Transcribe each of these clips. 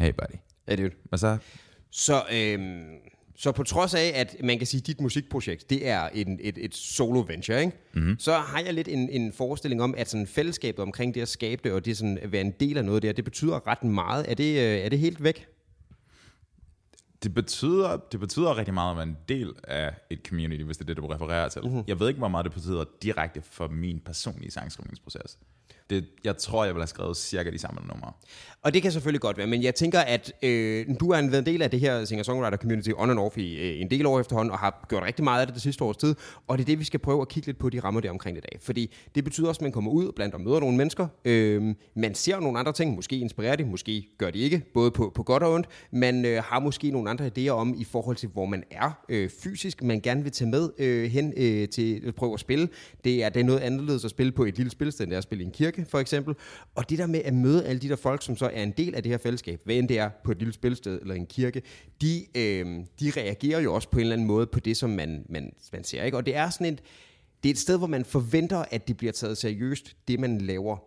Hey buddy. Ja, det er Hvad så? Så på trods af, at man kan sige, at dit musikprojekt, det er et solo-venture, ikke? Mm-hmm. Så har jeg lidt en forestilling om, at sådan fællesskabet omkring det at skabe det, og det sådan at være en del af noget der, det betyder ret meget. Er det helt væk? Det betyder rigtig meget at være en del af et community, hvis det er det, du refererer til. Mm-hmm. Jeg ved ikke, hvor meget det betyder direkte for min personlige sangskrivningsproces. Jeg tror, jeg vil have skrevet cirka de samme numre. Og det kan selvfølgelig godt være, men jeg tænker, at du er en del af det her singer-songwriter-community on and off i en del år efterhånden, og har gjort rigtig meget af det sidste års tid, og det er det, vi skal prøve at kigge lidt på de rammer der omkring i dag. Fordi det betyder også, at man kommer ud blandt og møder nogle mennesker. Man ser nogle andre ting, måske inspirerer de, måske gør de ikke, både på godt og ondt. Man har måske nogle andre idéer om, i forhold til, hvor man er fysisk, man gerne vil tage med hen til at prøve at spille. Det er noget anderledes at spille på et lille spilsted, end det er at spille i en kirke, for eksempel. Og det der med at møde alle de der folk, som så er en del af det her fællesskab, hvad end det er på et lille spilsted eller en kirke, de reagerer jo også på en eller anden måde på det, som man ser, ikke? Og det er sådan det er et sted, hvor man forventer, at det bliver taget seriøst, det man laver.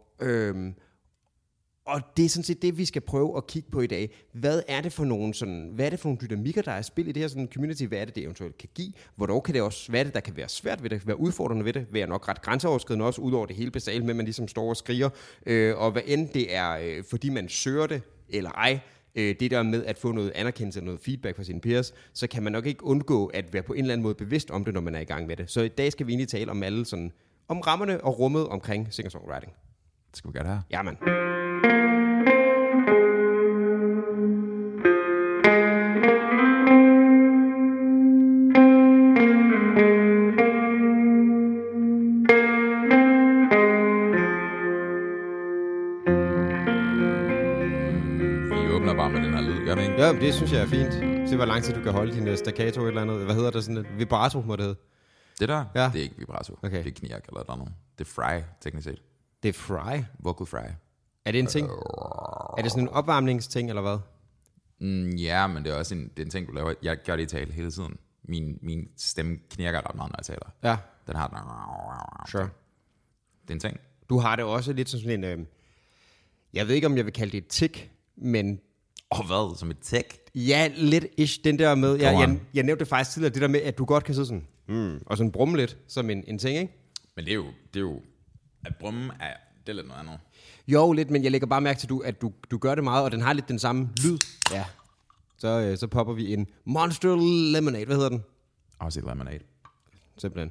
Og det er sådan set det, vi skal prøve at kigge på i dag. Hvad er det for nogle dynamikker, der er spil i det her sådan community? Hvad er det eventuelt kan give? Hvornår kan det også, hvad er det, der kan være svært ved det, være udfordrende ved det, være nok ret grænseoverskridende også, ud over det hele basale med, at man ligesom står og skriger. Og hvad end det er, fordi man søger det, eller ej, det der med at få noget anerkendelse, noget feedback fra sine peers, så kan man nok ikke undgå at være på en eller anden måde bevidst om det, når man er i gang med det. Så i dag skal vi egentlig tale om alle sådan, om rammerne og rummet omkring singer-songwriting. Det skal vi godt have. Ja, mand. Ja, det synes jeg er fint. Se, hvor lang tid du kan holde din staccato eller andet. Hvad hedder det? Sådan et vibrato, må det hedde? Det der? Ja. Det er ikke vibrato. Okay. Det er knirk eller noget. Det er fry, teknisk set. Det er fry? Vocal fry. Er det en ting? Er det sådan en opvarmningsting, eller hvad? Ja, men det er også det er en ting, du laver. Jeg gør det i tale hele tiden. Min stemme knirker ret meget, når jeg taler. Ja. Den har Sure. Det er en ting. Du har det også lidt som sådan en... jeg ved ikke, om jeg vil kalde det et tik, men... hvad? Som et tech? Ja, lidt ish. Den der med... Jeg nævnte det faktisk tidligere, det der med, at du godt kan sidde sådan... og sådan brumme lidt, som en ting, ikke? Men det er jo... At brumme det er lidt noget andet. Jo, lidt, men jeg lægger bare mærke til, at du gør det meget, og den har lidt den samme lyd. Ja. Så popper vi en Monster Lemonade. Hvad hedder den? Aussie Lemonade. Simpelthen.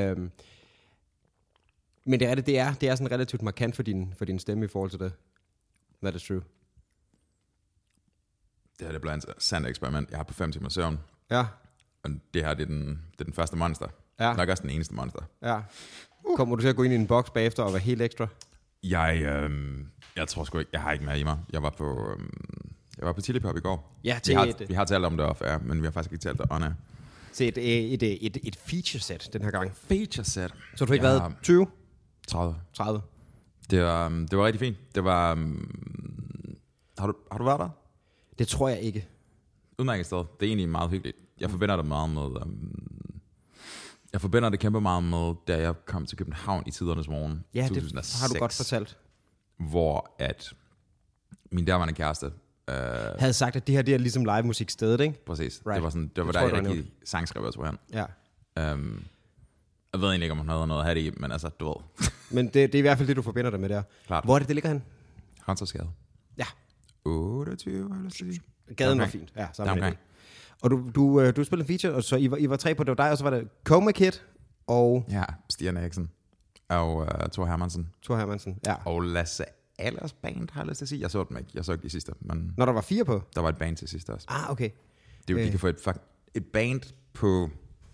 Men det er sådan relativt markant for din stemme i forhold til det. That is true. Det her det bliver et sandt eksperiment. Jeg har på 5 timer søvn. Ja. Og det her det er den første monster. Ja. Nok også den eneste monster. Ja. Kommer du til at gå ind i en boks bagefter og være helt ekstra? Jeg tror sgu ikke, jeg har ikke mere i mig. Jeg var på Chili Pop i går. Ja, vi har talt om det off-air, men vi har faktisk ikke talt det on-air. Til et feature set den her gang. Feature set. Så du har ikke været 20? 30. Det var rigtig fint. Det var... Har du været der? Det tror jeg ikke. Udmærket sted. Det er egentlig meget hyggeligt. Jeg forbinder det meget med... jeg forbinder det kæmpe meget med, da jeg kom til København i tidernes morgen. Ja, 2006, det har du godt fortalt. Hvor at min derværende kæreste... havde sagt, at det her det er ligesom live musikstedet, ikke? Præcis. Right. Det var der, jeg rigtig sangskrev, jeg tror han. Ja. Jeg ved egentlig ikke, om han havde noget at have det i, men altså, du ved. Men det er i hvert fald det, du forbinder det med der. Klart. Hvor er det ligger hen? Hansensgade. Ja. 28, vil jeg sige. Gaden var fint. Ja, sammen med det. Og du spillede en feature, og så I var 3 på, det var dig, og så var det Coma Kid og... Ja, Stian Eriksen. Og Thor Hermansen. Ja. Og Lasse Allers band, har jeg lyst til at sige. Jeg så dem ikke. Jeg så ikke de sidste. Men når der var 4 på? Der var et band til sidst også. Ah, okay. Det er jo, de kan få et band på...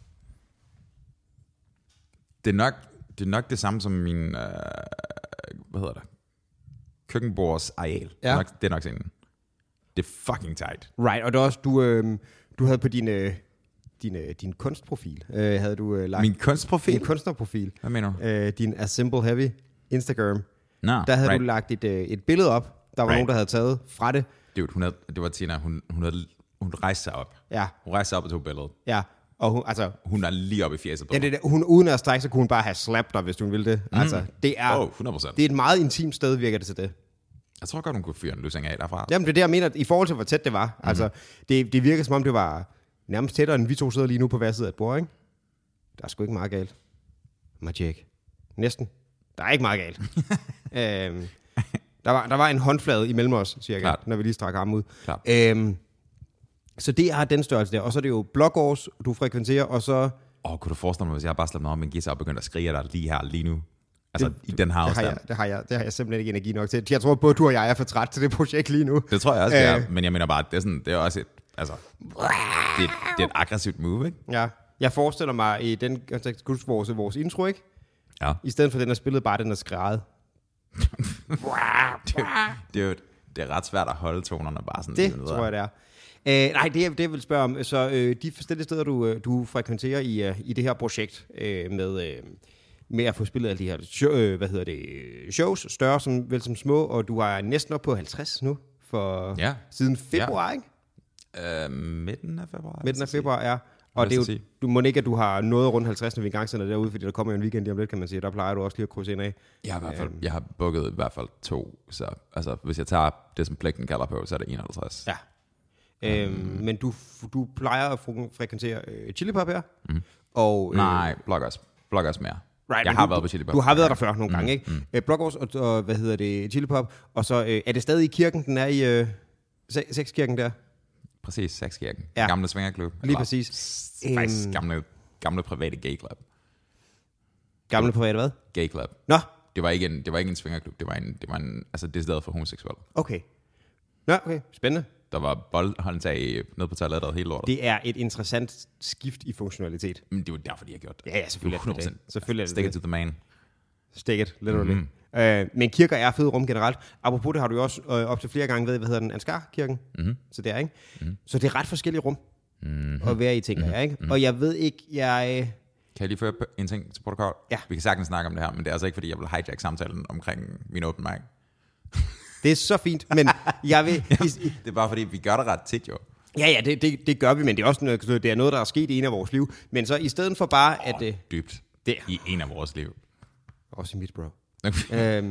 Det er nok det samme som min... hvad hedder det? Køkkenbords areal. Ja. Det er nok scenen. Det er fucking tight. Right, og det er også, du havde på din kunstprofil, havde du lagt... Min kunstprofil? Din kunstnerprofil. Hvad mener du? Din Assemble Heavy Instagram. No, der havde du lagt et billede op, der var nogen, der havde taget fra det. Dude, det var Tina, hun rejste sig op. Ja. Hun rejste sig op og tog billedet. Ja. Og hun er lige oppe i fjeset på. Ja, hun uden at strække, så kunne hun bare have slapped dig, hvis hun ville det. Altså, det er 100%. Det er et meget intimt sted, virker det til det. Jeg tror godt, hun kunne fyre en løsning af derfra. Jamen, det er det, jeg mener, i forhold til, hvor tæt det var. Altså, det virker som om, det var nærmest tættere, end vi to sidder lige nu på hver side af et bord, ikke? Der er sgu ikke meget galt. Majek. Næsten. Der er ikke meget galt. Der var en håndflade imellem os, cirka, klart, når vi lige strak armen ud. Så det har den størrelse der. Og så er det jo blokårs, du frekventerer, og så... Kunne du forestille mig, hvis jeg bare slap mig om med en guitar og begyndte at skrige af dig lige her, lige nu? Altså, i den her afstand. Det har jeg simpelthen ikke energi nok til. Jeg tror, både du og jeg er for træt til det projekt lige nu. Det tror jeg også, det er. Men jeg mener bare, det er også et... Altså, det er et aggressivt move, ikke? Ja. Jeg forestiller mig i den kontekst, vores intro, ikke? Ja. I stedet for den, der spillede, bare den, der skrædede. det er ret svært at holde tonerne bare sådan. Det tror jeg, det er. Nej, det jeg vil spørge om, så de forskellige steder, du frekventerer i det her projekt med at få spillet alle de her shows, større som små, og du er næsten op på 50 nu, siden februar, ikke? Midten af februar. Midten af februar, ja. Og det er jo, du må ikke, at du har noget rundt 50, når vi igangsætter derude, fordi der kommer jo en weekend lige om lidt, kan man sige. Der plejer du også lige at krydse ind af. Jeg har booket i hvert fald 2, så altså, hvis jeg tager det, som pligten kalder på, så er det 51. Ja. Men du plejer at frekventere Chili Pop her? Og, nej, Bloggers mere. Right, jeg har været på Chili Pop. Du har været der før nogle gange, ikke? Bloggers og Chili Pop, og så er det stadig i kirken, den er i Sexkirken der? Præcis, Sexkirken. Ja. Gamle svingerklub. Lige præcis. Faktisk gamle private gay club. Gamle private hvad? Gay club. Nå. Det var ikke en svingerklub, det var en altså det stedet for homoseksuelle. Okay. Nå, okay. Spændende. Der var boldhåndtag nede på toilettet hele lortet. Det er et interessant skift i funktionalitet. Men det var derfor, de har gjort det. Ja, selvfølgelig er det. Selvfølgelig er det. Stick it to the man. Stick it, literally. Men kirker er fede rum generelt. Apropos det har du jo også op til flere gange ved, hvad hedder den, Ansgar-kirken. Så det er, ikke? Så det er ret forskellige rum at være i, tænker jeg, ikke? Og jeg ved ikke, Kan jeg lige føre en ting til protokol? Ja. Vi kan sagtens snakke om det her, men det er altså ikke, fordi jeg vil hijack samtalen omkring min open mic. Det er så fint, men jeg vil... Det er bare fordi, vi gør det ret tit jo. Ja, det gør vi, men det er også noget, der er sket i en af vores liv. Men så i stedet for bare, at... Dybt. Det i en af vores liv. Også i mit, bro. Okay,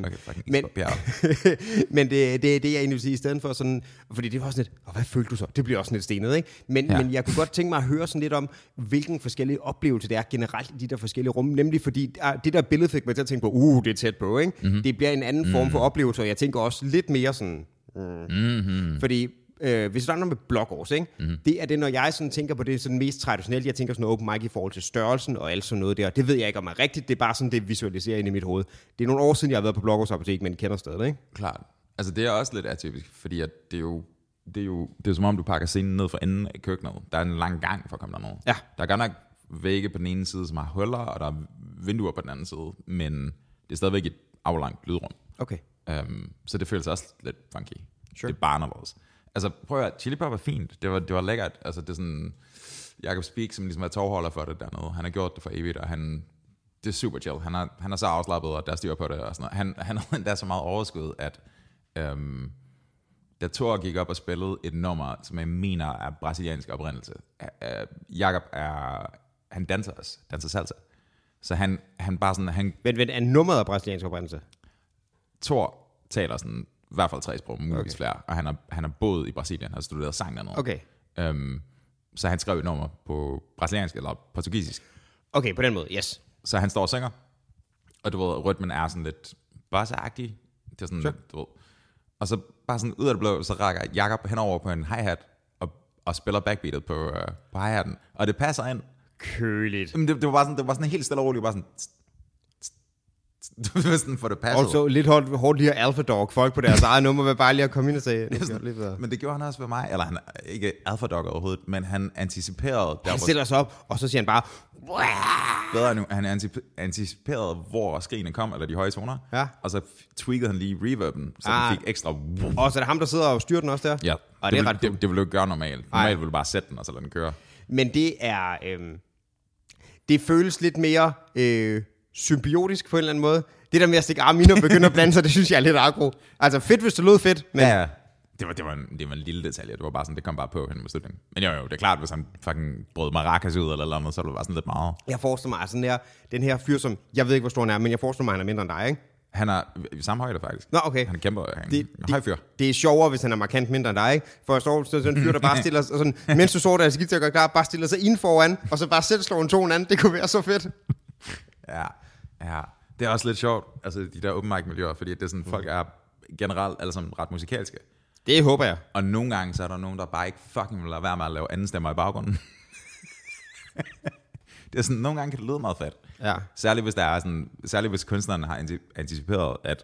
men det er det, jeg egentlig vil sige, i stedet for sådan... Fordi det var også lidt... hvad følte du så? Det bliver også lidt stenet, ikke? Men jeg kunne godt tænke mig at høre sådan lidt om, hvilken forskellige oplevelse det er generelt i de der forskellige rum. Nemlig fordi det der billede fik mig til at tænke på, det er tæt på, ikke? Det bliver en anden form for oplevelse, og jeg tænker også lidt mere sådan... Fordi... hvis vi starter med blokårs, ikke? Det er det, når jeg sådan tænker på det sådan mest traditionelt, jeg tænker sådan open mic i forhold til størrelsen og alt sådan noget der. Det ved jeg ikke, om er rigtigt. Det er bare sådan, det visualiserer ind i mit hoved. Det er nogle år siden, jeg har været på Blokårs Apotek, men kender stadig, ikke? Klart. Altså det er også lidt atypisk, fordi at det er som om, du pakker scenen ned for enden af køkkenet. Der er en lang gang for at komme derned. Ja. Der er godt nok vægge på den ene side, som har huller, og der er vinduer på den anden side, men det er stadigvæk et aflangt lydrum. Okay. Så det føles også lidt funky. Sure. Det er bare anderledes. Altså prøv at høre, Chili Pop er fint. Det var lækkert. Altså det er sådan Jacob Speak, som ligesom er tovholder for det dernede. Han har gjort det for evigt, og det er super chill. Han er så afslappet, og der styr på det og sådan noget. Han havde endda så meget overskud, at da Thor gik op og spillede et nummer, som jeg mener er brasiliansk oprindelse. Jacob han danser salsa. Så han bare sådan... Men er nummeret af brasiliansk oprindelse? Thor taler sådan i hvert fald 3 sprog, muligvis flere, og han har boet i Brasilien, har studeret sang dernede. Okay. Så han skrev et nummer på brasiliansk eller portugisisk. Okay, på den måde, yes. Så han står og synger, og du ved, rytmen er sådan lidt bossa-agtig. Det er sådan, sure. du ved. Og så bare sådan ud af det blå, så rækker Jacob henover på en hi-hat og spiller backbeatet på hi-hatten, og det passer ind. Køligt. Det var sådan helt stille og roligt, bare sådan... Du ved sådan, for det passet. Altså lidt hårdt lige Alpha Dog. Folk på deres eget nummer vil bare lige at komme ind og sige... Men det gjorde han også ved mig. Eller han ikke Alpha Dog overhovedet, men han anticiperede... Han stiller sig op, og så siger han bare... Bedre nu. Han anticiperede, hvor skrigene kom, eller de høje toner. Ja. Og så tweakede han lige reverben, så den fik ekstra... Og så er det ham, der sidder og styrer den også der? Ja. Og det vil du ikke gøre normalt. Normalt vil du bare sætte den, og så lade den køre. Men det er... det føles lidt mere... symbiotisk på en eller anden måde. Det der med at stikke armen ind og begynde at blande sig, det synes jeg er lidt aggro. Altså fedt, hvis det lød fedt, men... Ja, det var en lille detalje. Det var bare sådan, det kom bare på hen med slutningen. Men jo, det er klart, hvis han fucking brød maracas ud eller noget, så var det bare sådan lidt meget. Jeg forestiller mig sådan den her fyr, som... Jeg ved ikke, hvor stor han er, men jeg forestiller mig, han er mindre end dig, ikke? Han er i samme højde, faktisk. Nå, okay. Han kæmper. Høj fyr. Det er sjovere, hvis han er markant mindre end dig, ikke? For at stå sådan en fyr, der bare stiller sig sådan, mens du står der, skal gøre klar, bare stiller sig ind foran, og så bare selv slår en tone anden. Det kunne være så fedt. Ja. Det er også lidt sjovt, altså de der open mic miljøer, fordi det er sådan, folk er generelt alle sammen ret musikalske. Det håber jeg. Og nogle gange, så er der nogen, der bare ikke fucking vil lade være med at lave anden stemmer i baggrunden. Det er sådan, nogle gange kan det lyde meget fedt. Ja. Særligt hvis kunstneren har anticiperet, at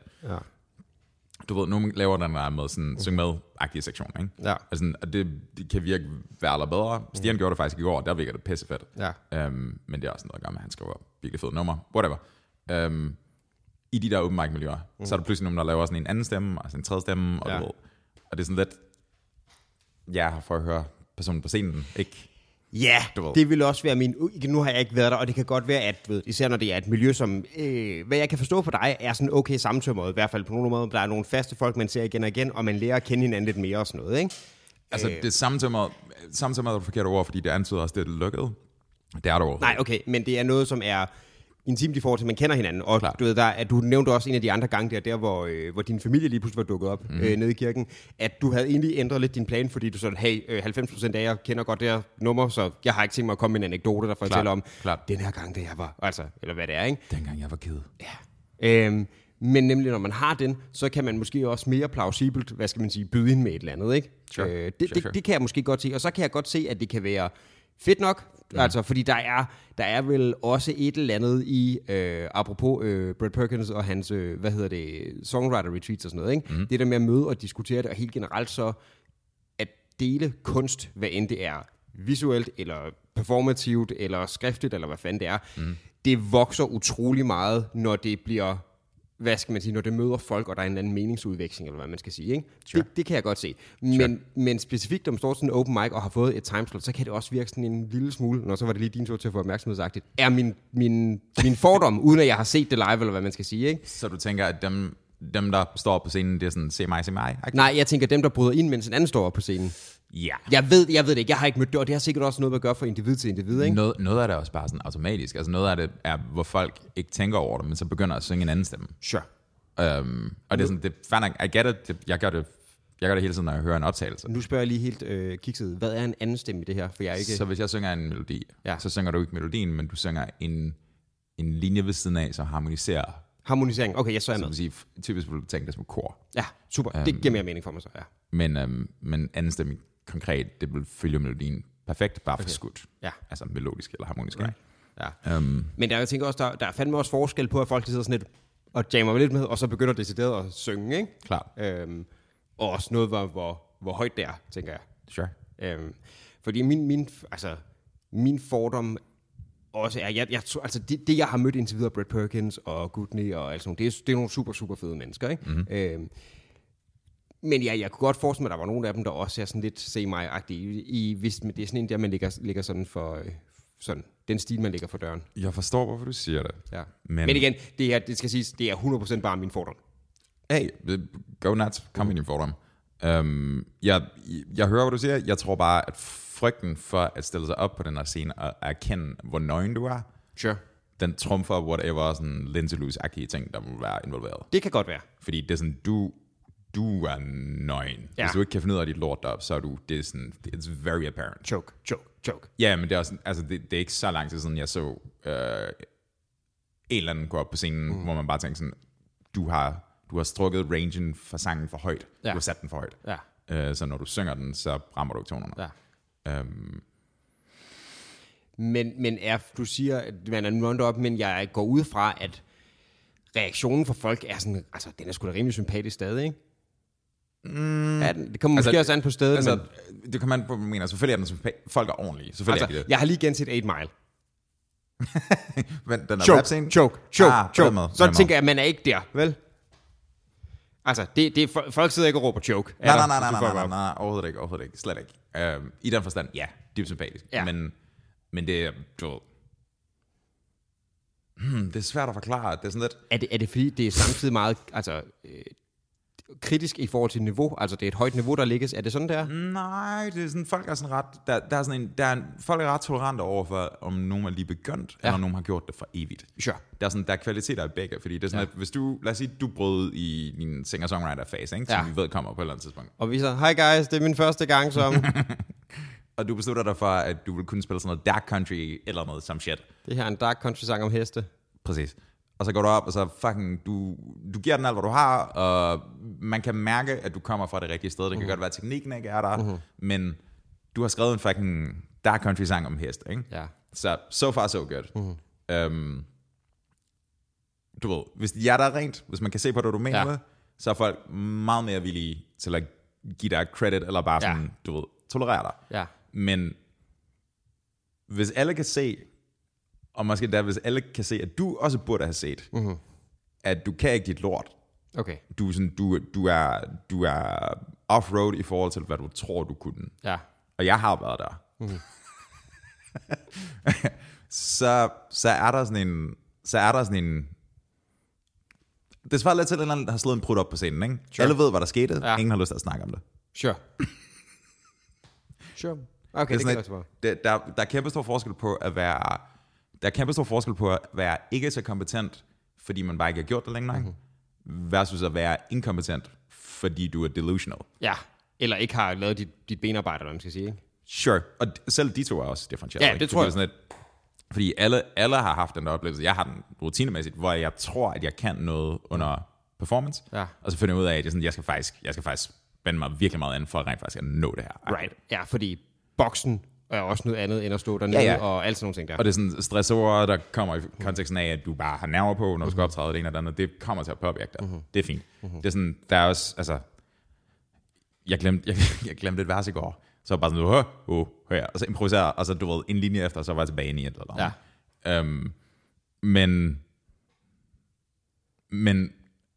du ved, nogen laver den der med sådan syng med-agtige sektion, ikke? Ja. Altså, og det kan virke værre eller bedre. Stian gjorde det faktisk i går, der virker det pissefedt. Ja. Men det er også noget at gøre med, at han skriver virkelig fede numre. Whatever. I de der open mic miljøer, så er der pludselig nogen, der laver sådan en anden stemme, og sådan en tredje stemme, og, og det er sådan lidt, for at høre personen på scenen, ikke? Ja, det vil også være min... Nu har jeg ikke været der, og det kan godt være, at især når det er et miljø, som... hvad jeg kan forstå på dig, er sådan okay sammentømret, i hvert fald på nogle måder. Der er nogle faste folk, man ser igen og igen, og man lærer at kende hinanden lidt mere og sådan noget, ikke? Altså, det sammentømret er det forkerte ord, fordi det antyder også, det er lukket. Det er det overhovedet. Nej, okay, men det er noget, som er intimt i forhold til, at man kender hinanden. Og du ved, du nævnte også en af de andre gange der hvor din familie lige pludselig var dukket op nede i kirken, at du havde egentlig ændret lidt din plan, fordi du sådan, hey, 90% af jer kender godt det her nummer, så jeg har ikke tænkt mig at komme med en anekdote, der fortæller om den her gang, det jeg var, altså, eller hvad det er, ikke? Dengang jeg var ked. Ja. Men nemlig, når man har den, så kan man måske også mere plausibelt, hvad skal man sige, byde ind med et eller andet, ikke? Sure. Det kan jeg måske godt se, og så kan jeg godt se, at det kan være fedt nok, altså, fordi der er vel også et eller andet i, apropos Brett Perkins og hans, songwriter retreats og sådan noget, ikke? Det der med at møde og diskutere det, og helt generelt så, at dele kunst, hvad end det er visuelt, eller performativt, eller skriftligt, eller hvad fanden det er, det vokser utrolig meget, når det bliver, hvad skal man sige, når det møder folk, og der er en anden meningsudveksling, eller hvad man skal sige, ikke? Sure. Det kan jeg godt se. Men specifikt, når man står sådan en open mic og har fået et timeslot, så kan det også virke sådan en lille smule, når så var det lige din tur til at få opmærksomhedsagtigt, er min fordom, uden at jeg har set det live, eller hvad man skal sige, ikke? Så du tænker, at dem der står på scenen, det er sådan, se mig. Nej, jeg tænker dem, der bryder ind, mens en anden står på scenen. Ja. Jeg ved det ikke, jeg har ikke mødt det, og det har sikkert også noget at gøre for individ til individ, ikke? Noget af det er også bare sådan automatisk. Altså noget af det er, hvor folk ikke tænker over det, men så begynder at synge en anden stemme. Sure. Og det er sådan, det er I get it. Jeg gør det hele tiden, når jeg hører en optagelse. Nu spørger jeg lige helt kikset, hvad er en anden stemme i det her? For jeg er ikke... Så hvis jeg synger en melodi, så synger du ikke melodien, men du synger en linje ved siden af, som harmoniserer. Harmonisering, okay, så er jeg med. Sige, typisk vil du tænke det som kor. Ja, super, det giver mere mening for mig så, ja. Men anden stemme konkret, det vil følge melodien perfekt, bare for skudt. Ja. Altså melodisk eller harmonisk. Right. Ja. Men jeg tænker også, der er fandme også forskel på, at folk sidder sådan lidt og jammer lidt med, og så begynder decideret at synge, ikke? Klart. Og også noget, hvor højt det er, tænker jeg. Sure. Fordi min fordom også er, jeg tror, altså det jeg har mødt indtil videre, Brett Perkins og Goodney og alt sådan noget, det er nogle super, super fede mennesker, ikke? Mm-hmm. Men ja, jeg kunne godt forestille mig, at der var nogle af dem, der også er sådan lidt se mig-agtige, hvis det er sådan en der, man ligger sådan for... sådan, den stil, man lægger for døren. Jeg forstår, hvorfor du siger det. Ja. Men igen, det skal siges, det er 100% bare min fordom. Hey, go nuts, kom med din fordom. Jeg hører, hvad du siger. Jeg tror bare, at frygten for at stille sig op på den her scene og erkende, hvor nøgen du er, sure. Den trumfer whatever sådan Lindsay Loose-agtige ting, der må være involveret. Det kan godt være. Fordi det er sådan, du er nøgen. Ja. Hvis du ikke kan finde ud af dit lort deroppe, så er du, det er sådan, it's very apparent. Choke. Ja, men det er også, altså det er ikke så lang tid siden, jeg så en eller anden gå op på scenen, hvor man bare tænker sådan, du har strukket rangen for sangen for højt. Ja. Du har sat den for højt. Ja. Så når du synger den, så rammer du ikke tonerne. Ja. Men du siger, at man er rundt op, men jeg går ud fra, at reaktionen for folk er sådan, altså den er sgu da rimelig sympatisk stadig, ikke? Ja, det kommer måske også an på stedet. Altså, det kommer an på, hvad man mener. Selvfølgelig er den folk er ordentlige. Selvfølgelig altså, er det. Jeg har lige genset 8 Mile. Men den er rap-scene? Choke. Så tænker jeg, at man er ikke der, vel? Altså, folk sidder ikke og råber choke. Nej, overhovedet ikke. Slet ikke. I den forstand, ja, dybt sympatisk. Ja. Men det er, det er svært at forklare. Det er sådan lidt... Er det fordi, det er samtidig meget, altså... kritisk i forhold til niveau? Altså, det er et højt niveau, der ligges. Er det sådan, der? Nej, det er sådan, folk er sådan ret... Der er sådan folk er ret tolerante overfor, om nogen er lige begyndt, eller om nogen har gjort det for evigt. Sure. Der er kvaliteter i begge, fordi det er sådan, at hvis du... Lad os sige, du brød i din singer-songwriter-fase, ikke? Som vi ved kommer på et eller andet tidspunkt. Og vi så, hi guys, det er min første gang som... Og du beslutter dig for, at du vil kunne spille sådan noget dark country, eller noget som shit. Det her er en dark country-sang om heste. Præcis. Og så går du op, og så fucking, du giver den alt, hvad du har, og man kan mærke, at du kommer fra det rigtige sted. Det kan godt være, at teknikken ikke er der, men du har skrevet en fucking dark country sang om hest, ikke? Ja. Så so far so good. Du ved, hvis det er der rent, hvis man kan se på det, du mener det, så er folk meget mere villige til at give dig credit, eller bare sådan, du ved, tolerere dig. Ja. Men hvis alle kan se, og måske der, hvis alle kan se, at du også burde have set, at du kan ikke dit lort. Okay. Du er off-road i forhold til, hvad du tror, du kunne. Ja. Og jeg har været der. så er der sådan en... Det svarer lidt til, at en eller anden har slået en prut op på scenen, ikke? Sure. Alle ved, hvad der skete. Ja. Ingen har lyst til at snakke om det. Sure. Okay, det kan også være. Der er kæmpe stor forskel på at være... Der er kæmpe stor forskel på at være ikke så kompetent, fordi man bare ikke har gjort det længere, versus at være inkompetent, fordi du er delusional. Ja, eller ikke har lavet dit benarbejde, eller man skal sige, ikke? Sure, og selv de to er også differentieret. Ja, det tror jeg. Sådan fordi alle har haft den der oplevelse. Jeg har den rutinemæssigt, hvor jeg tror, at jeg kan noget under performance, og så finder jeg ud af, at jeg skal faktisk spænde mig virkelig meget an for at rent faktisk at nå det her. Right, ja, fordi boksen er også noget andet end at stå dernede, og alt sådan nogle ting der. Og det er sådan stressorer, der kommer i konteksten af, at du bare har nerver på, når du skal optræde det ene eller andet. Det kommer til at påvirke dig. Det er fint. Det er sådan, der er også, altså... Jeg glemte et vers i går. Så var bare sådan, her. Og så improviserer, og så du ved, en linje efter, så var jeg tilbage i et eller andet. Men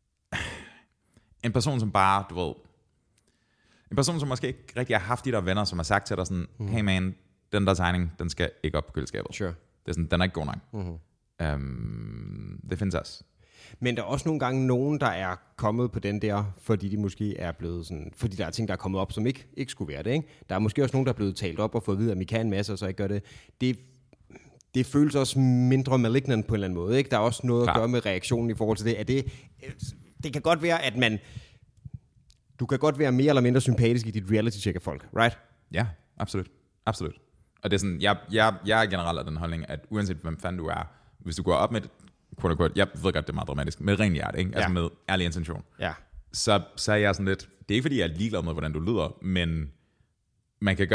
en person, som bare, du ved... En person, som måske ikke rigtig har haft de der venner, som har sagt til dig sådan, hey man, den der tegning, den skal ikke op på køleskabet. Sure. Det er sådan, den er ikke god nok. Det findes også. Men der er også nogle gange nogen, der er kommet på den der, fordi de måske er blevet sådan, fordi der er ting, der er kommet op, som ikke skulle være det, ikke? Der er måske også nogen, der er blevet talt op og fået at vide, at vi kan en masse, og så ikke gør det. Det føles også mindre malignant på en eller anden måde, ikke? Der er også noget at gøre med reaktionen i forhold til det. Det kan godt være, at du kan godt være mere eller mindre sympatisk i dit reality-check af folk, right? Ja, absolut. Absolut. Og det er sådan, jeg er generelt af den holdning, at uanset hvem fanden du er, hvis du går op med, jeg ved godt, det er meget dramatisk, med ren hjerte, ikke? Altså med ærlig intention. Ja. Så er jeg sådan lidt, det er ikke fordi, jeg er ligeglad med, hvordan du lyder, men man kan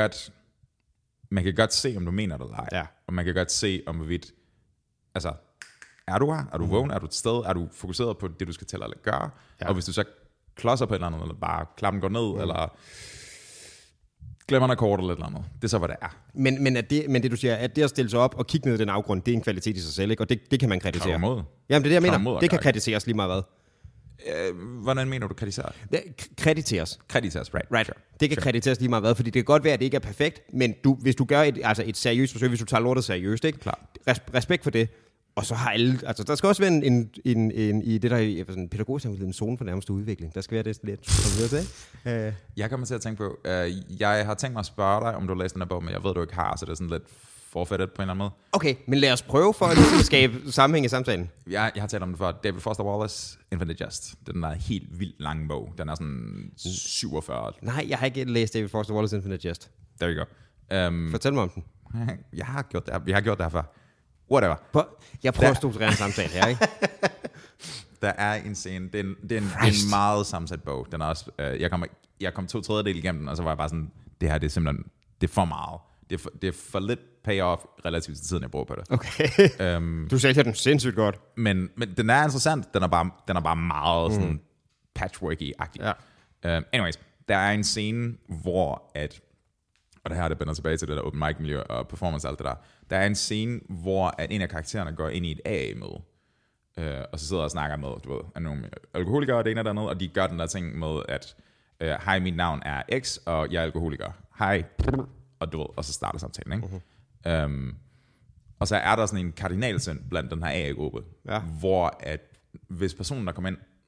godt se, om du mener det eller ej. Ja. Og man kan godt se, om hvorvidt, altså, er du her? Er du vågen? Er du et sted? Er du fokuseret på det, du skal til at gøre? Ja. Og hvis du så klodser på et eller andet, eller bare klappen går ned, eller glemmer en akkord eller et eller andet. Det er så, hvad det er. Men det, du siger, at det at stille sig op og kigge ned i den afgrund, det er en kvalitet i sig selv, ikke? Og det kan man kritisere. Jamen, det er det, jeg mener. Det kan krediteres lige meget hvad. Hvordan mener du kritiserer? Krediteres, right. Sure. Det kan krediteres lige meget hvad, fordi det kan godt være, at det ikke er perfekt, men hvis du gør et seriøst forsøg, hvis du tager lortet seriøst, ikke? Respekt for det. Og så har alle, altså der skal også være en i det der sådan pædagogisk en zone for nærmeste udvikling. Der skal være det lidt. Jeg kommer til at tænke på, jeg har tænkt mig at spørge dig, om du har læst den her bog, men jeg ved, du ikke har, så det er sådan lidt forfættet på en eller anden måde. Okay, men lad os prøve for at skabe sammenhæng i samtalen. Jeg har talt om det før. David Foster Wallace, Infinite Jest. Det er den der helt vildt lange bog. Den er sådan 47. Nej, jeg har ikke læst David Foster Wallace, Infinite Jest. There you go. Fortæl mig om den. Jeg har gjort det her før. Whatever. Jeg prøver at strukturere en samtale her, ikke? Der er en scene. Det er en meget sammensat bog. Den er også, jeg kom 2/3 igennem den, og så var jeg bare sådan, det her det er simpelthen, det er for meget. Det er for lidt payoff relativt til tiden, jeg bruger på det. Okay. Du sælger den sindssygt godt. Men den er interessant. Den er bare meget sådan patchworky-agtig. Ja. Anyways, der er en scene, hvor og det her det binder tilbage til det der open mic miljø og performance og alt det der. Der er en scene, hvor at en af karaktererne går ind i et AA-møde, og så sidder og snakker med, du ved, af nogle alkoholikere og det ene og det andet, og de gør den der ting med, at hej, mit navn er X, og jeg er alkoholiker. Hej, og du ved, og så starter samtalen, ikke? Og så er der sådan en kardinalsynd blandt den her AA-gruppe, hvor at hvis personen, der kommer ind,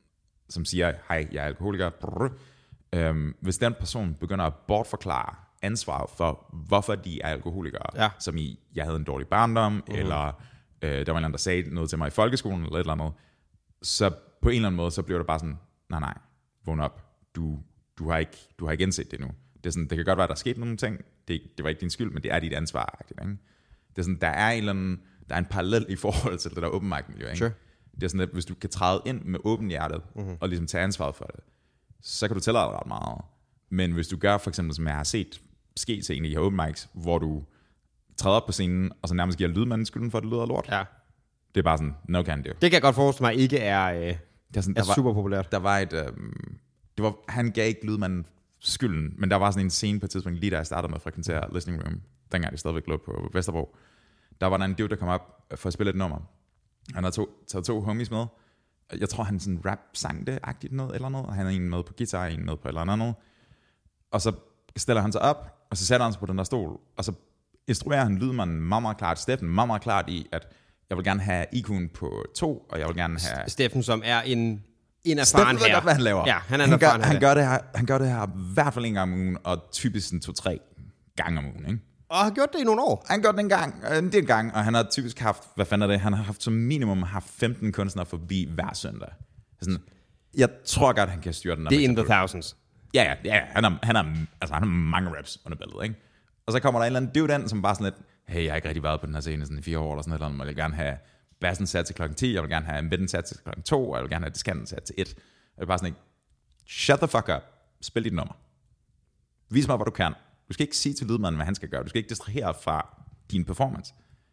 som siger, hej, jeg er alkoholiker. Hvis den person begynder at bortforklare ansvaret for, hvorfor de er alkoholikere, som i, jeg havde en dårlig barndom, eller der var en eller anden, der sagde noget til mig i folkeskolen, eller et eller andet, så på en eller anden måde, så bliver det bare sådan, nej, vågn op, du har ikke indset det nu. Det er sådan, det kan godt være, der er sket nogle ting, det var ikke din skyld, men det er dit ansvar. Ikke? Det er sådan, der er en parallel i forhold til det der open mic miljø. Ikke? Sure. Det er sådan, at hvis du kan træde ind med åben hjertet, og ligesom tage ansvaret for det, så kan du tillade ret meget. Men hvis du gør for eksempel, som jeg har set ske til en af de her open mics, hvor du træder op på scenen, og så nærmest giver lydmanden skylden for, at det lyder lort. Ja. Det er bare sådan, no can do. Det kan jeg godt forestille mig ikke er super populært. Der var han gav ikke lydmanden skylden, men der var sådan en scene på et tidspunkt, lige da jeg startede med at frekventere Listening Room, dengang det stadigvæk lå på Vesterbro. Der var der en dude, der kom op for at spille et nummer. Han havde taget 2 homies med. Jeg tror, han sådan rap-sang det-agtigt noget eller noget, og han er en med på guitar, en med på et eller andet. Og så stiller han sig op, og så sætter han sig på den der stol, og så instruerer han lydmanden meget, meget klart, Steffen meget, meget klart i, at jeg vil gerne have IQ'en på 2, og jeg vil gerne have... Steffen, som er en erfaren Steffen ved godt, hvad han laver. Ja, han gør det her i hvert fald en gang om ugen, og typisk 2-3 gange om ugen, ikke? Og har gjort det i nogle år. Han gjort det en del gang, og han har typisk haft, hvad fanden er det, han har haft som minimum 15 kunstnere forbi hver søndag. Sådan, jeg tror godt, han kan styre den. Det er in the thousands. Ja, han har mange raps under bæltet, ikke? Og så kommer der en eller anden dude, som bare sådan lidt, hey, jeg har ikke rigtig været på den her scene sådan i 4 år, eller sådan noget, jeg vil gerne have bassen sat til klokken 10, jeg vil gerne have midten sat til klokken 2, og jeg vil gerne have diskanten sat til 1. Jeg vil bare sådan ikke, shut the fuck up, spil dit nummer. Vis mig, hvad du kan. Du skal ikke sige til lydmanden, hvad han skal gøre. Du skal ikke distrahere fra din performance.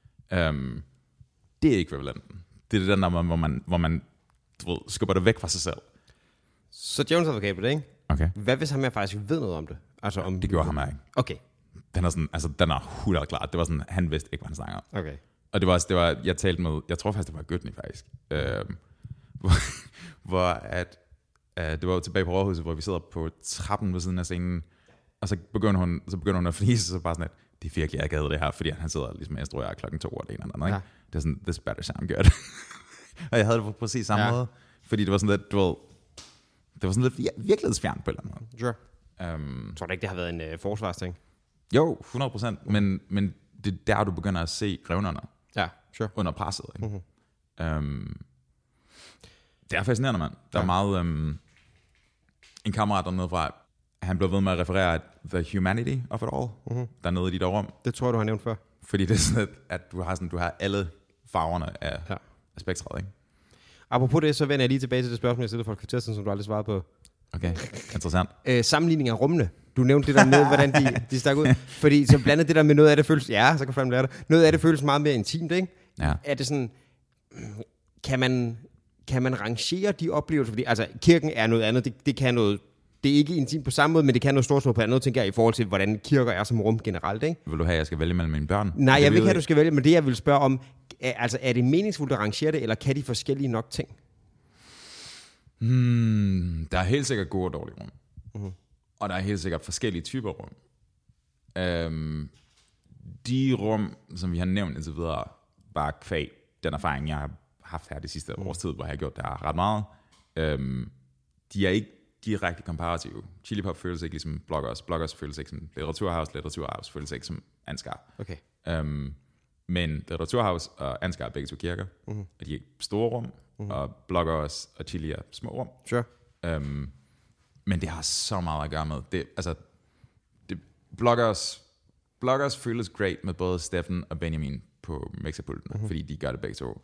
Det er ekvivalenten. Det er den der, hvor man skubber det væk fra sig selv. Så Jones advokat på det, ikke? Okay. Hvad hvis han faktisk ved noget om det? Altså om det gjorde ham ikke. Okay. Den er sådan, altså den er 100% klart. Det var sådan, han vidste ikke, hvad han snakker om. Okay. Og det var, jeg talte med, jeg tror faktisk, det var Gøtny faktisk. Hvor at, det var jo tilbage på Rådhuset, hvor vi sidder på trappen ved siden af scenen, og så begynder hun at flise, så bare sådan, at det er virkelig akavet det her, fordi han sidder ligesom og instruerer klokken 2 og det ene eller andet, ikke? Det er sådan, this better sound good. Og jeg havde det på præcis samme måde, fordi det var sådan lidt, det var sådan lidt virkelighedsfjernt på en eller anden måde. Sure. Tror du ikke, det har været en forsvarsting? Jo, 100%, men det er der, du begynder at se revnerne under presset. Ikke? Det er fascinerende, mand. Der er meget... en kammerat dernede fra, han blev ved med at referere the humanity of it all, dernede i de der rum. Det tror jeg, du har nævnt før. Fordi det er sådan, at du har alle farverne af spektret, ikke? Apropos det, så vender jeg lige tilbage til det spørgsmål, jeg stillede for et kvarter siden, som du aldrig svarede på. Okay, interessant. Sammenligning af rummene. Du nævnte det der med, hvordan de stak ud. Fordi så blandet det der med noget af det føles... Ja, så kan fandme lære det. Noget af det føles meget mere intimt, ikke? Ja. Er det sådan... Kan man rangere de oplevelser? Fordi altså, kirken er noget andet. Det kan noget... Det er ikke intimt på samme måde, men det kan noget stort på andet noget, tænker jeg, i forhold til, hvordan kirker er som rum generelt, ikke? Vil du have, at jeg skal vælge mellem mine børn? Nej, jeg vil ikke have, at du skal vælge, men det, jeg vil spørge om, er det meningsfuldt at rangere det, eller kan de forskellige nok ting? Der er helt sikkert gode og dårlige rum. Og der er helt sikkert forskellige typer rum. De rum, som vi har nævnt indtil videre, bare kvæg den erfaring, jeg har haft her det sidste års tid, hvor jeg har gjort det ret meget, de er ikke direkte komparative. Chili Pop føles ikke ligesom Bloggers føles ikke som Litteraturhouse føles ikke som Ansgar. Okay. Men Litteraturhouse og Ansgar er begge 2 kirker, og de er store rum, og Bloggers og Chili er små rum. Sure. Men det har så meget at gøre med det. Altså, Bloggers føles great med både Steffen og Benjamin på mixerpulten, fordi de gør det begge 2.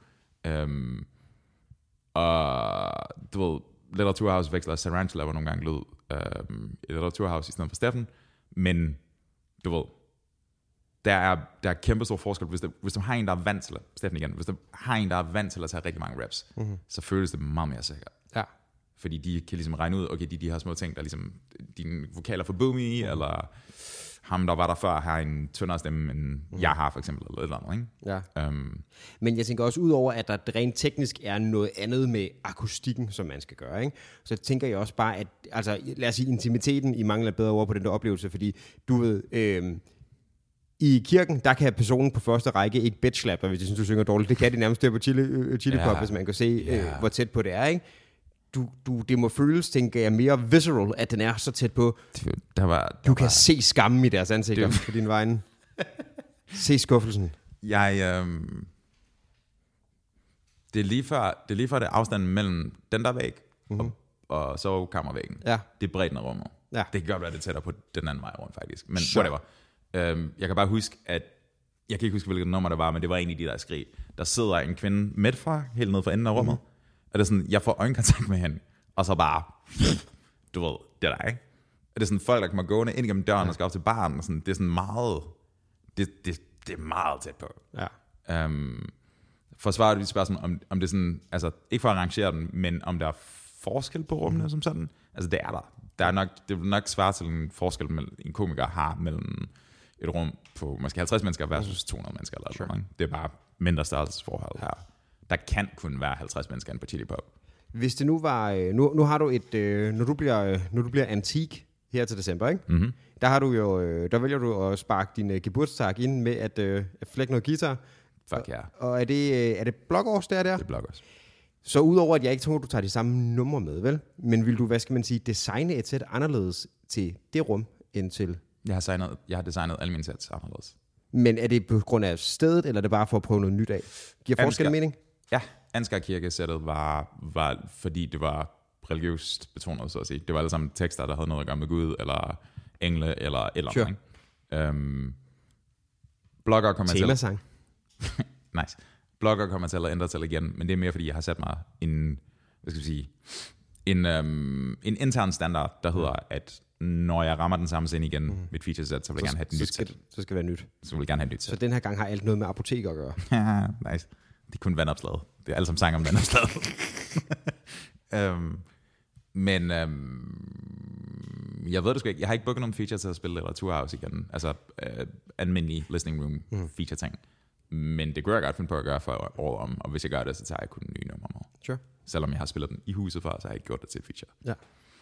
Og du ved, Litteraturhouse veksler Sarantula, hvor nogle gange lød Litteraturhouse i stedet for Steffen, men du ved, der er kæmpe stor forskel. Hvis du har en, der er vant til at, Steffen igen, hvis du har en, der er vant til at tage rigtig mange raps, så føles det meget mere sikkert. Ja. Fordi de kan ligesom regne ud, okay, de har små ting, der ligesom, dine vokaler for Boomy, eller ham, der var der før, har en tyndere stemme, end jeg har, for eksempel, eller et eller andet, ikke? Ja. Men jeg tænker også, ud over, at der rent teknisk er noget andet med akustikken, som man skal gøre, ikke? Så tænker jeg også bare, at, altså, lad os sige, intimiteten i mangler bedre ord på den der oplevelse, fordi, du ved, i kirken, der kan personen på første række ikke bitch-slap, hvis de synes, du synger dårligt. Det kan de nærmest stå på chili pop, hvis man kan se, hvor tæt på det er, ikke? det må føles, tænker jeg, mere visceral, at den er så tæt på. Du kan se skammen i deres ansigter på din vegne. Se skuffelsen. Det er lige før det er afstanden mellem den der væg og så kammervæggen. Ja. Det er bredden af rummet. Ja. Det kan godt være, det tættere på den anden vej rundt, faktisk. Men whatever. Jeg kan bare huske, at jeg kan ikke huske, hvilket nummer det var, men det var en af de der skrig. Der sidder en kvinde midt fra, helt nede for enden af rummet. Og det er sådan, jeg får øjenkontakt med hende, og så bare, du ved, det er der, ikke? Og det er sådan folk, der kommer gående ind gennem døren og skal op til baren, og sådan, det er sådan meget, det er meget tæt på. Ja. For at svare dit spørgsmål, om det er sådan, altså ikke for at arrangere den, men om der er forskel på rummene som sådan. Altså det er der. Det vil nok svare til en forskel, en komiker har mellem et rum på måske 50 mennesker versus 200 mennesker. Eller sure. Det er bare mindre størrelsesforhold her. Der kan kun være 50 mennesker på Chili Pop. Hvis det nu var, nu har du når du bliver antik her til december, ikke? Mm-hmm. Der har du jo, der vælger du at sparke din Geburtstag ind med at flække noget guitar. Fuck ja. Og er det Blågårds der? Det er Blågårds. Så udover at jeg ikke tror, du tager de samme numre med, vel? Men vil du, hvad skal man sige, designe et sæt anderledes til det rum end til? Jeg har designet alle mine sæt anderledes. Men er det på grund af stedet, eller er det bare for at prøve noget nyt af? Giver forskel mening? Ja, Ansgar Kirke-sættet var fordi det var religiøst betonet, så at sige. Det var alle sammen tekster, der havde noget at gøre med Gud, eller engle, eller sure. Blogger kommer til... Temasang. Nice. Blogger kommer til at ændre til igen, men det er mere fordi, jeg har sat mig en intern standard, der hedder, at når jeg rammer den samme scene igen, mit feature-sæt, så vil jeg gerne have et nyt sæt. Så skal det være nyt. Så vil jeg gerne have et nyt sæt. Så den her gang har alt noget med apoteker at gøre. Ja, nice. Det er kun vandopslaget. Det er alle sammen sang om vandopslaget. Men jeg ved det sgu ikke. Jeg har ikke booket nogen feature til at spille Litteraturhouse igen. Altså almindelig listening room feature ting. Men det kunne jeg godt finde på at gøre for året om. Og hvis jeg gør det, så tager jeg kun nye numre med. Sure. Selvom jeg har spillet den i huset før, så har jeg ikke gjort det til feature. Ja.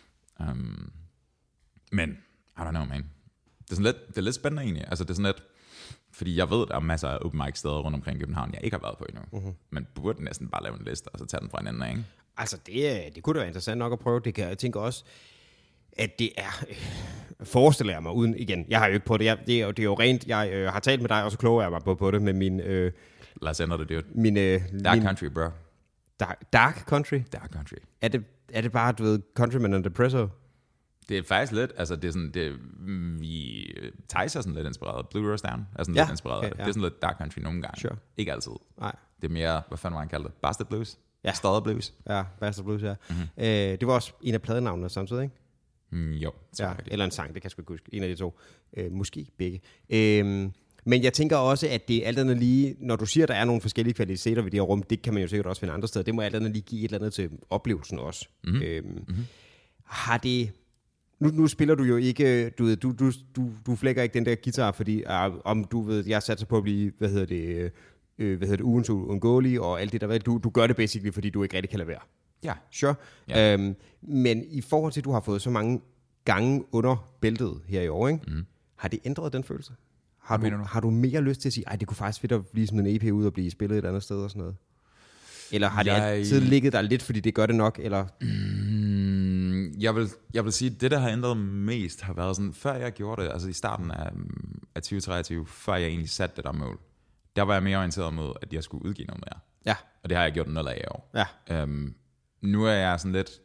Men, I don't know, man. Det er lidt spændende egentlig. Altså det er sådan lidt, fordi jeg ved, der er masser af open mic steder rundt omkring i København, jeg ikke har været på endnu. Man burde næsten bare lave en liste, og så tage den fra en anden, ikke? Altså det kunne da være interessant nok at prøve. Det kan jeg tænke også, at det er, forestiller jeg mig uden, igen, jeg har jo ikke på det, det er jo rent, jeg har talt med dig, og så kloger jeg mig på det med min... Lad os ændre det, Dark Country, bro. Dark Country? Dark Country. Er det bare, du ved, Countryman and Depresso? Det er faktisk lidt, altså det er sådan, Thijs er sådan lidt inspireret. Blue Rose Down er sådan lidt inspireret af det. Det er sådan lidt Dark Country nogle gange. Sure. Ikke altid. Nej. Det er mere, hvad fanden var han kaldte det? Bastard Blues? Ja. Stodder Blues? Ja, Bastard Blues, ja. Det var også en af pladenavnene samtidig, ikke? Jo. Ja, eller en sang, det kan jeg sgu ikke huske. En af de to. Måske begge. Men jeg tænker også, at det alt andet lige, når du siger, at der er nogle forskellige kvaliteter ved det her rum, det kan man jo sikkert også finde andre steder. Det må alt andet lige give et eller andet til oplevelsen også. Har det... Nu spiller du jo ikke, du flækker ikke den der guitar, fordi om du ved, jeg satser på at blive, ugens uundgåelig og alt det der, du gør det basically, fordi du ikke rigtig kan lade være. Ja. Sure. Ja. Men i forhold til, at du har fået så mange gange under bæltet her i år, ikke? Har det ændret den følelse? Har du mere lyst til at sige, det kunne faktisk fedt at blive sådan en EP ud og blive spillet et andet sted og sådan noget? Eller har det altid ligget der lidt, fordi det gør det nok, eller... Jeg vil sige, at det, der har ændret mest, har været sådan, før jeg gjorde det, altså i starten af 2023, før jeg egentlig satte det der mål, der var jeg mere orienteret mod, at jeg skulle udgive noget mere. Ja. Og det har jeg gjort noget af i år. Ja. Nu er jeg sådan lidt,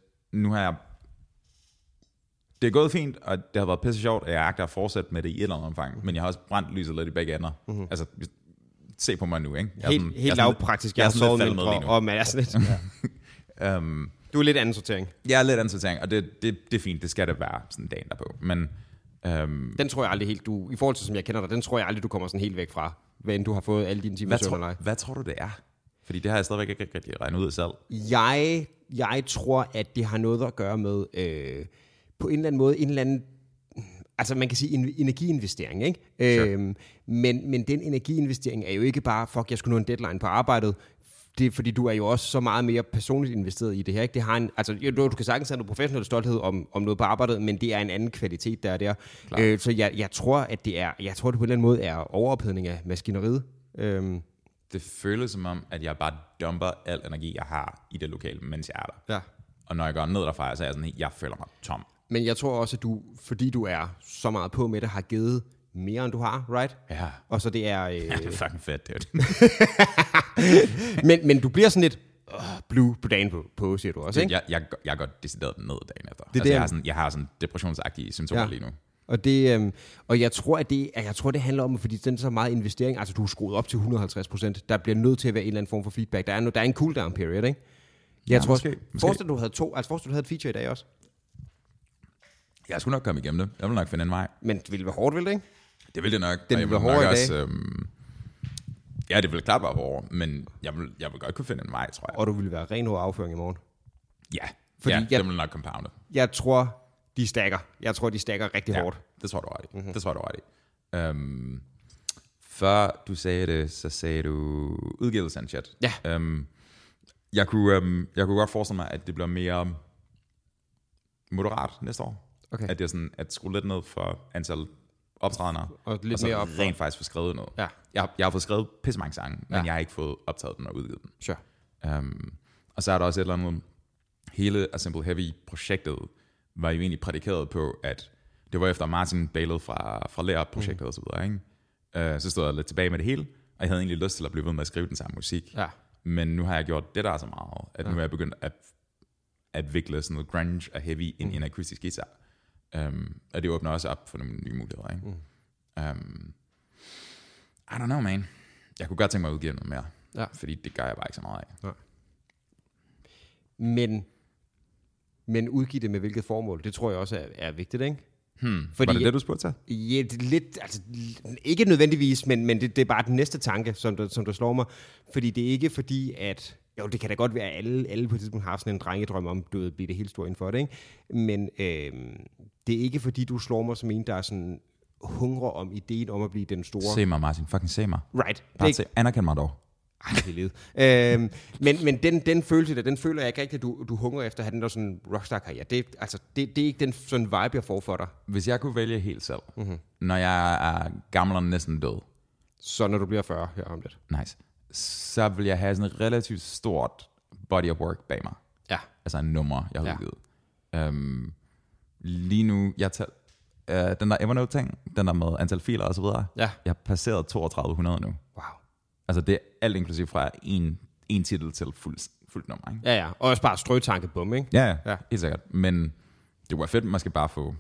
det er gået fint, og det har været pisse sjovt, at jeg agter at fortsætte med det i et eller andet omfang, men jeg har også brændt lyset lidt i begge ender. Altså, se på mig nu, ikke? Helt lavpraktisk. Jeg har sovet mindre, og man er sådan lidt... Ja. Du er lidt anden sortering. Jeg er lidt anden sortering, og det er fint. Det skal det være sådan dagen derpå. Men den tror jeg aldrig helt, i forhold til som jeg kender dig, den tror jeg aldrig, du kommer sådan helt væk fra, hvad end du har fået alle dine timer søvn eller. Hvad tror du, det er? Fordi det har jeg stadigvæk ikke rigtig regnet ud selv. Jeg tror, at det har noget at gøre med, på en eller anden måde, en eller anden, altså man kan sige en energiinvestering, ikke? Sure. Men den energiinvestering er jo ikke bare, jeg skulle nå en deadline på arbejdet. Det er fordi, du er jo også så meget mere personligt investeret i det her, ikke? Det har du kan sagtens have noget professionel stolthed om noget på arbejdet, men det er en anden kvalitet, der er der. Så jeg tror, at det på en eller anden måde er overophedning af maskineriet. Det føles som om, at jeg bare dumper al energi, jeg har i det lokale, mens jeg er der. Ja. Og når jeg går ned derfra, så er jeg sådan, jeg føler mig tom. Men jeg tror også, at du, fordi du er så meget på med det, har givet mere, end du har, right? Ja. Og så det er... Ja, det er fucking fedt, det. men du bliver sådan lidt blue på dagen på, siger du også, ikke? Jeg går decideret ned dagen efter. Det altså, jeg har sådan depressionsagtige symptomer lige nu. Og og jeg tror, det handler om, fordi den er så meget investering, altså du er skruet op til 150%, der bliver nødt til at være en eller anden form for feedback. Der er en cooldown period, ikke? Jeg tror, måske. Forestil du havde du havde et feature i dag også. Jeg skulle nok komme igennem det. Jeg vil nok finde en vej. Men det ville være hårdt, ville det ikke? Det ville det nok. Det ville være hårdt i dag. Også, ja, det ville klart være hårdt, men jeg vil godt kunne finde en vej, tror jeg. Og du ville være ren afføring i morgen. Ja, fordi det vil nok compounde. Jeg tror, de stacker. De stacker rigtig hårdt. Det tror du ret i. Det tror du ret i. Før du sagde det, så sagde du udgivelse af en chat. Ja. Jeg kunne godt forestille mig, at det bliver mere moderat næste år. Okay. At det er sådan, at skrue lidt ned for antal optrædener. Og lidt så mere op. Rent faktisk få skrevet noget. Ja. Jeg har fået skrevet pisse mange sange, men jeg har ikke fået optaget den og udgivet den. Sure. Og så er der også et eller andet, hele Assemble Heavy-projektet var jo egentlig prædikeret på, at det var efter Martin bailede fra Lær-projektet og så videre, ikke? Så stod jeg lidt tilbage med det hele, og jeg havde egentlig lyst til at blive ved med at skrive den samme musik. Ja. Men nu har jeg gjort det der så meget, at nu er jeg begyndt at vikle sådan noget grunge og heavy ind i en akustisk guitar. Og det åbner også op for nogle nye muligheder, ikke? I don't know, man. Jeg kunne godt tænke mig at udgive noget mere, fordi det gør jeg bare ikke så meget af. Ja. Men udgive det med hvilket formål, det tror jeg også er vigtigt, ikke? Fordi, var det du spurgte til? Ja, lidt, altså ikke nødvendigvis, men det er bare den næste tanke, som der slår mig. Fordi det er ikke fordi, at... Jo, det kan da godt være, at alle på et tidspunkt har sådan en drengedrøm om, du ved, blive det helt store inden for det, ikke? Men det er ikke fordi, du slår mig som en, der er sådan hungrer om ideen om at blive den store... Se mig, Martin. Fucking se mig. Right. Bare anerkend mig dog. Ej, det er men den følelse der, den føler jeg ikke rigtig, at du hungrer efter at have den der sådan rockstar-karriere. Det er ikke den sådan vibe, jeg får for dig. Hvis jeg kunne vælge helt selv, når jeg er gammel og næsten død. Så når du bliver 40 her om lidt. Nice. Så vil jeg have sådan et relativt stort body of work bag mig. Ja. Altså en nummer, jeg har udgivet. Lige nu, jeg tager den der Evernote-ting, den der med antal filer og så videre. Ja. Jeg har passeret 3200 nu. Wow. Altså det er alt inklusiv fra en titel til fuldt nummer, ikke? Ja. Og også bare strøtanke-bum, ikke? Ja, helt sikkert. Men det var fedt, man skal bare få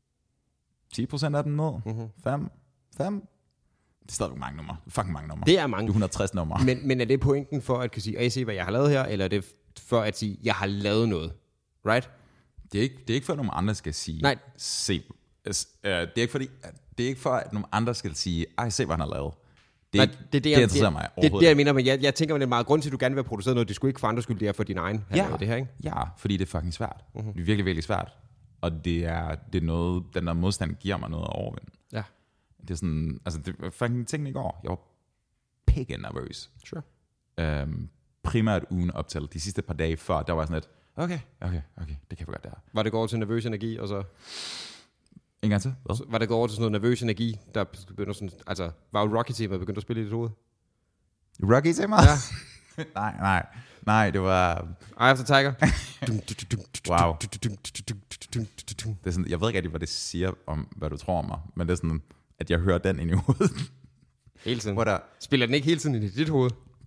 10% af den ned. 5. Det er stadig mange numre. Fucking mange numre. Det er mange. 160 numre. Men er det pointen for at kunne sige, se hvad jeg har lavet her, eller er det for at sige, jeg har lavet noget? Right? Det er ikke for, at nogle andre skal sige, nej. Se. Det er ikke for, at nogle andre skal sige, se hvad han har lavet. Det interesserer mig overhovedet. Det jeg mener, men jeg tænker, at det er meget grund til, at du gerne vil have produceret noget. Det skulle ikke for andres skyld, det er for din egen. Det her, ikke? Ja, fordi det er fucking svært. Det er virkelig, virkelig svært. Og det er noget, den der modstand giver mig noget at overvinde. Ja. Det er sådan, altså det var fucking ting i går. Jeg var pikke nervøs. Sure. Primært ugen op til de sidste par dage før, der var sådan lidt, okay, det kan vi godt der. Var det gået over til nervøs energi, og så... En gang til? Hvad? Var det gået over til sådan noget nervøs energi, der begyndte sådan, altså, var jo Rocky-temaet begyndt at spille i dit hoved? Rocky-temaet? Ja. Nej, det var... Eye of the Tiger. Wow. Det er sådan, jeg ved ikke rigtig, hvad det siger om, hvad du tror om mig, men det er sådan, at jeg hører den ind i hovedet. Hele tiden. Spiller den ikke hele tiden i dit hoved?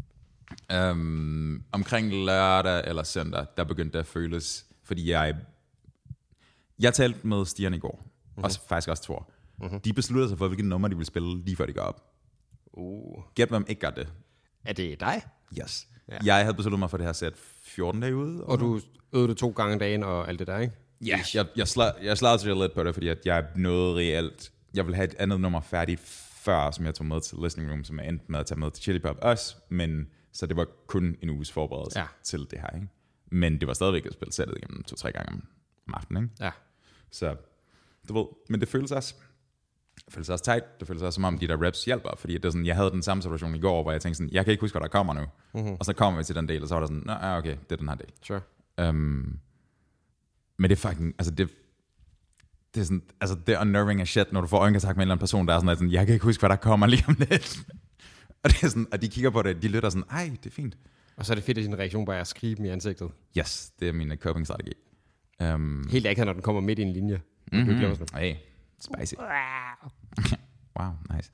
Omkring lørdag eller søndag, der begyndte det at føles, fordi jeg talte med Stian i går, og faktisk også Thor. De besluttede sig for, hvilket nummer de ville spille, lige før de går op. Gæt, hvem ikke gør det. Er det dig? Yes. Ja. Jeg havde besluttet mig for det her sæt 14 dage ude. Og du øvede det 2 gange om dagen og alt det der, ikke? Ja, jeg slagte lidt på det, fordi at jeg nåede reelt. Jeg ville have et andet nummer færdigt før, som jeg tog med til Listening Room, som jeg endte med at tage med til Chili Pop også, men så det var kun en uges forberedelse til det her, ikke? Men det var stadigvæk at spille sættet igennem 2-3 gange om aftenen, ikke? Ja. Så, du ved, men det føles også tight, det føles også som om de der raps hjælper, fordi det er sådan, jeg havde den samme situation i går, hvor jeg tænkte sådan, jeg kan ikke huske, hvad der kommer nu, og så kommer vi til den del, og så var der sådan, okay, det er den her del. Sure. Men det er fucking, altså det er sådan, altså det er unnerving as shit, når du får øjenkontakt med en eller anden person, der er sådan, jeg kan ikke huske, hvad der kommer lige om lidt. Og det er sådan, og de kigger på det, de lytter sådan, det er fint. Og så er det fedt, at din reaktion bare er at skrive dem i ansigtet. Yes, det er min coping-strategi. Helt akavet, når den kommer midt i en linje. Hey, spicy. Wow, nice.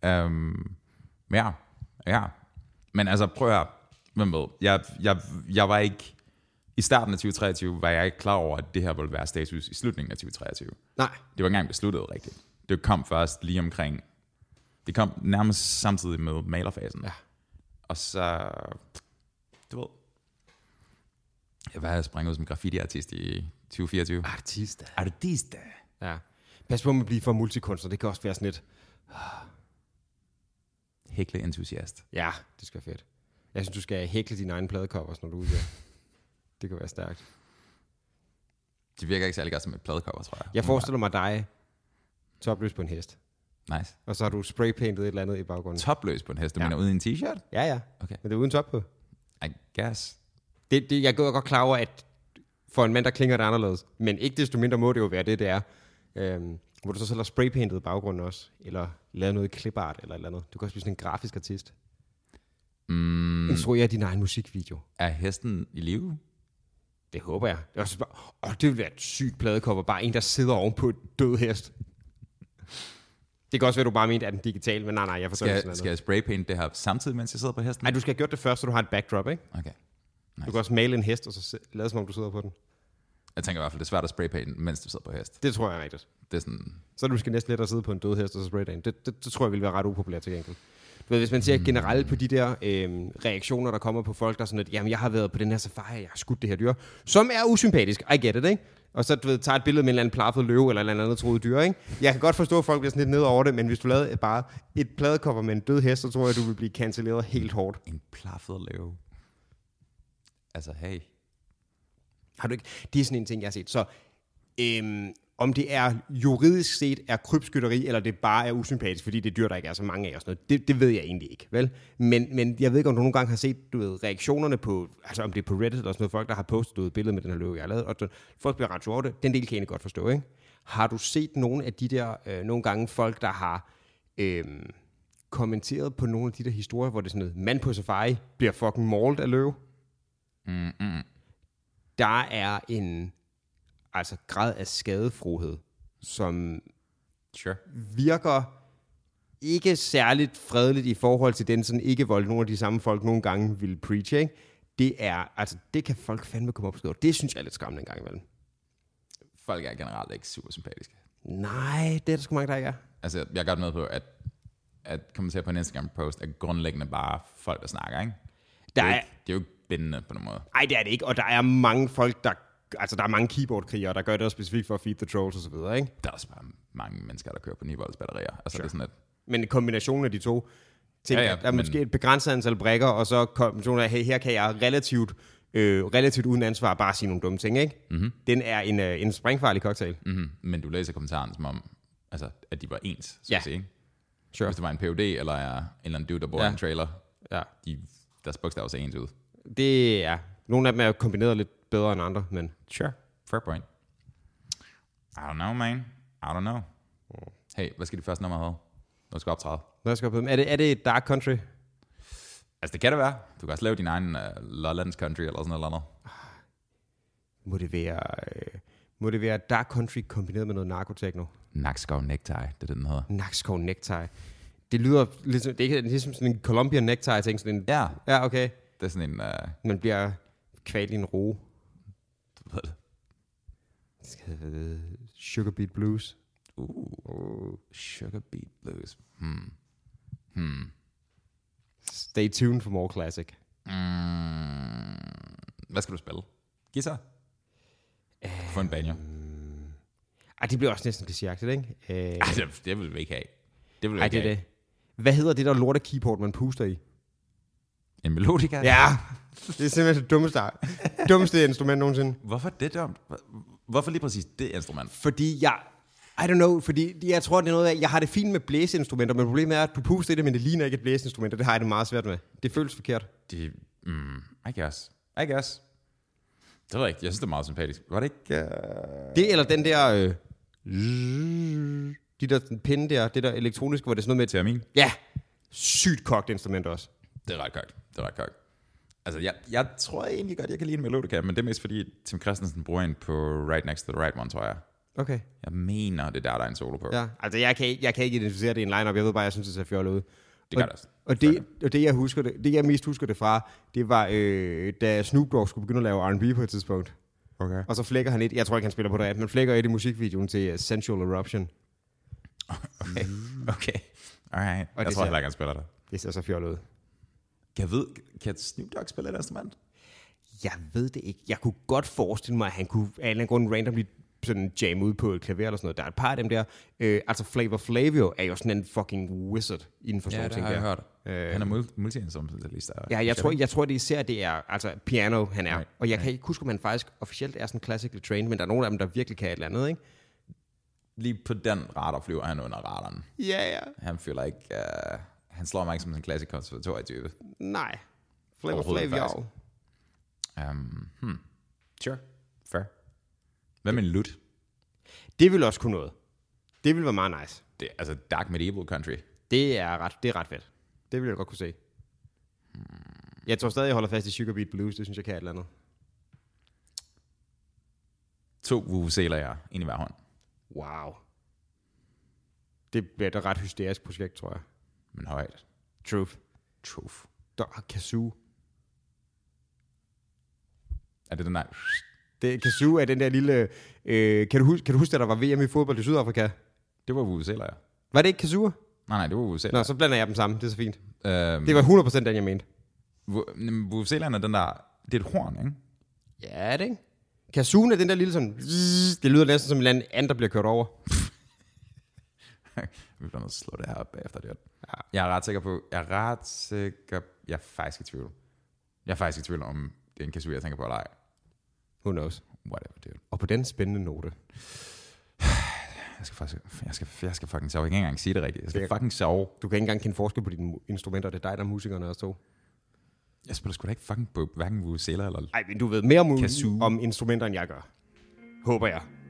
Ja. Men altså, prøv at høre. Hvem ved? Jeg var ikke... I starten af 2023 var jeg ikke klar over, at det her ville være status i slutningen af 2023. Nej. Det var ikke engang besluttet rigtigt. Det kom først lige omkring... Det kom nærmest samtidig med malerfasen. Ja. Og så... Du ved... Jeg var springet ud som graffiti-artist i 2024. Artista. Ja. Pas på med at blive for multikunstner. Det kan også være sådan lidt... Hækle-entusiast. Ja, det skal være fedt. Jeg synes, du skal hækle dine egne pladecovers, når du er ude. Det kan være stærkt. Det virker ikke særlig godt som et pladecover, tror jeg. Jeg forestiller mig dig topløs på en hest. Nice. Og så har du spraypaintet et eller andet i baggrunden. Topløs på en hest? Du mener uden en t-shirt? Ja. Okay. Men det er uden top på. I guess. Jeg er godt klar over, at for en mand, der klinger det anderledes. Men ikke desto mindre må det jo være det er. Hvor du så selv har spraypaintet i baggrunden også. Eller lavet noget clipart eller et eller andet. Du kan også blive sådan en grafisk artist. Instruerer din egen musikvideo. Er hesten i live? Det håber jeg. Det er også bare, det vil være et sygt pladecover. Bare en, der sidder oven på et død hest. Det kan også være, du bare mente, at den digital, men nej, jeg forstår det. Skal jeg spraypaint det her samtidig, mens jeg sidder på hesten? Nej, du skal have gjort det først, så du har et backdrop, ikke? Okay. Nice. Du kan også male en hest, og så lade som om, du sidder på den. Jeg tænker i hvert fald, det er svært at spraypainte, mens du sidder på hest. Det tror jeg rigtigt. Det er sådan... Så du skal næsten let at sidde på en død hest, og så spraypainte. Det tror jeg vil være ret upopulært til gengæld. Du ved, hvis man ser generelt på de der reaktioner, der kommer på folk, der er sådan, at jamen, jeg har været på den her safari, jeg har skudt det her dyr, som er usympatisk. I get it, ikke? Og så tager et billede med en eller anden plaffet løve, eller en eller anden troet dyr, ikke? Jeg kan godt forstå, at folk bliver sådan lidt ned over det, men hvis du lavede bare et pladecover med en død hest, så tror jeg, at du vil blive cancelleret helt hårdt. En plaffet løve. Altså, hey. Har du ikke? Det er sådan en ting, jeg har set. Så om det er juridisk set er krybskytteri, eller det bare er usympatisk, fordi det er dyr, der ikke er så mange af og sådan noget, det ved jeg egentlig ikke, vel? Men jeg ved ikke, om du nogle gange har set reaktionerne på, altså om det er på Reddit eller sådan noget, folk, der har postet billeder med den her løve, jeg har lavet, og folk bliver ret sjovt. Den del kan jeg egentlig godt forstå, ikke? Har du set nogle af de der, nogle gange folk, der har kommenteret på nogle af de der historier, hvor det er sådan noget, mand på safari bliver fucking maulet af løve? Der er en grad af skadefrohed, som virker ikke særligt fredeligt i forhold til den sådan ikke vold, nogle af de samme folk nogle gange vil preach, ikke? Det kan folk fandme komme op og skrive. Det synes jeg er lidt skræmmende en gang imellem. Folk er generelt ikke super sympatiske. Nej, det er der sgu mange, der ikke er. Altså, jeg er godt med på, at kommentere på en Instagram-post er grundlæggende bare folk, der snakker, ikke? Det er jo ikke bindende på nogen måde. Nej, det er det ikke, og der er mange folk, der er mange keyboard-krigere, der gør det også specifikt for at feed the trolls og så videre, ikke? Der er også bare mange mennesker, der kører på 9 volts batterier. Altså, det er sådan, at... Men kombinationen af de to ting, der er måske et begrænset antal brikker, og så kombinationen af, hey, her kan jeg relativt uden ansvar bare sige nogle dumme ting, ikke? Mm-hmm. Den er en sprængfarlig cocktail. Mm-hmm. Men du læser kommentaren som om, altså, at de var ens, så at sige, ikke? Sure. Hvis det var en PhD, eller en eller anden dude, der bor i en trailer, deres bogstaver ser ens ud. Det er... Nogle af dem er kombineret lidt bedre end andre, men... Sure, fair point. I don't know, man. I don't know. Hey, hvad skal de første nummer have? Når du skal optræde. Er det et dark country? Altså, det kan det være. Du kan også lave din egen Lollands country, eller sådan noget andet. Må det være dark country kombineret med noget narkotechno? Nakskov Necktie, det er det, den hedder. Nakskov Necktie. Det lyder ligesom, det er ligesom sådan en Colombian necktie, ting. Sådan en, ja, okay. Det er sådan en... Man bliver kvalt i en ro. Du ved det. Det skal hedde Sugar Beat Blues. Sugar Beat Blues. Stay tuned for more classic. Hvad skal du spille? Guitar? For en banjo? Det bliver også næsten klichéagtigt, ikke? Det vil vi ikke have. Det vil vi ikke have. Det. Hvad hedder det der lorte keyboard, man puster i? En melodika? Ja, det er simpelthen det dummeste instrument nogensinde. Hvorfor det dumt? Hvorfor lige præcis det instrument? Fordi jeg tror, det er noget af, jeg har det fint med blæseinstrumenter, men problemet er, at du puster i det, men det ligner ikke et blæseinstrument, og det har jeg det meget svært med. Det føles forkert. I guess. Det ved jeg ikke. Jeg synes, det er meget sympatisk. Var det ikke... Det eller den der... de der pinde der, det der elektroniske, hvor det er sådan noget med... Termin? Ja, sygt kogt instrument også. Det er ret kogt. Altså, jeg tror egentlig godt, jeg kan lide en melodica, men det er mest fordi Tim Christensen bruger en på Right Next to the Right One, tror jeg. Okay. Jeg mener, det der er en solo på. Ja, altså jeg kan ikke identificere det i en line-up. Jeg ved bare, jeg synes, det ser fjollet ud. Det gør det også. Og det jeg mest husker det fra, det var, da Snoop Dogg skulle begynde at lave R&B på et tidspunkt. Okay. Og så flækker han et, jeg tror ikke, han spiller på det, men flækker et i musikvideoen til Sensual Eruption. Okay. Alright. Jeg tror heller ikke, han spiller det. Det ser så fjollet ud. Kan Snoop Dogg spille et instrument? Jeg ved det ikke. Jeg kunne godt forestille mig, at han kunne af en eller anden grund randomly sådan jamme ud på et klaver eller sådan noget. Der er et par af dem der. Altså Flavor Flavio er jo sådan en fucking wizard inden for sådan nogle ting der. Ja, det har jeg hørt. Han er multi-instrumentalist. Ja, jeg tror det især det er altså piano, han er. Right. Og jeg kan ikke huske, om han faktisk officielt er sådan classically trained, men der er nogle af dem, der virkelig kan et eller andet, ikke? Lige på den radar flyver han under radaren. Ja. Han føler ikke... han slår mig ikke som en klassisk konservatorietype. Nej. Flavor Flavio. Sure. Fair. Hvad med lut? Det vil også kunne noget. Det vil være meget nice. Det, altså dark medieval country. Det er ret fedt. Det vil jeg godt kunne se. Jeg tror stadig, jeg holder fast i Sugar Beat Blues. Det synes jeg kan et eller andet. 2 vuvuzeler, en i hver hånd. Wow. Det bliver et ret hysterisk projekt, tror jeg. Men højt. Truth. Der er kazoo. Er det den der... Kazoo er den der lille... Kan du huske, at der var VM i fodbold i Sydafrika? Det var vuvuzeler, ja. Var det ikke kazoo? Nej, det var vuvuzeler. Nå, så blander jeg dem sammen. Det er så fint. Det var 100% den, jeg mente. Vuvuzelerne er den der... Det er et horn, ikke? Ja, det ikke? Kazooen er den der lille sådan... Det lyder næsten som en eller anden and, der bliver kørt over. Vi bliver nødt til at slå det her op bagefter det. Ja. Jeg er ret sikker på... Jeg er faktisk i tvivl. Jeg er faktisk i tvivl om det er en kazoo, jeg tænker på eller ej. Who knows? Whatever, dude. Og på den spændende note. Jeg skal fucking sove. Jeg kan ikke engang sige det rigtigt. Jeg skal fucking sove. Du kan ikke engang kende forskel på dine instrumenter. Det er dig, der er musikerne også to. Jeg spiller sgu da ikke fucking på hverken vuvuzeler eller... Nej, men du ved mere om instrumenter, end jeg gør. Håber jeg.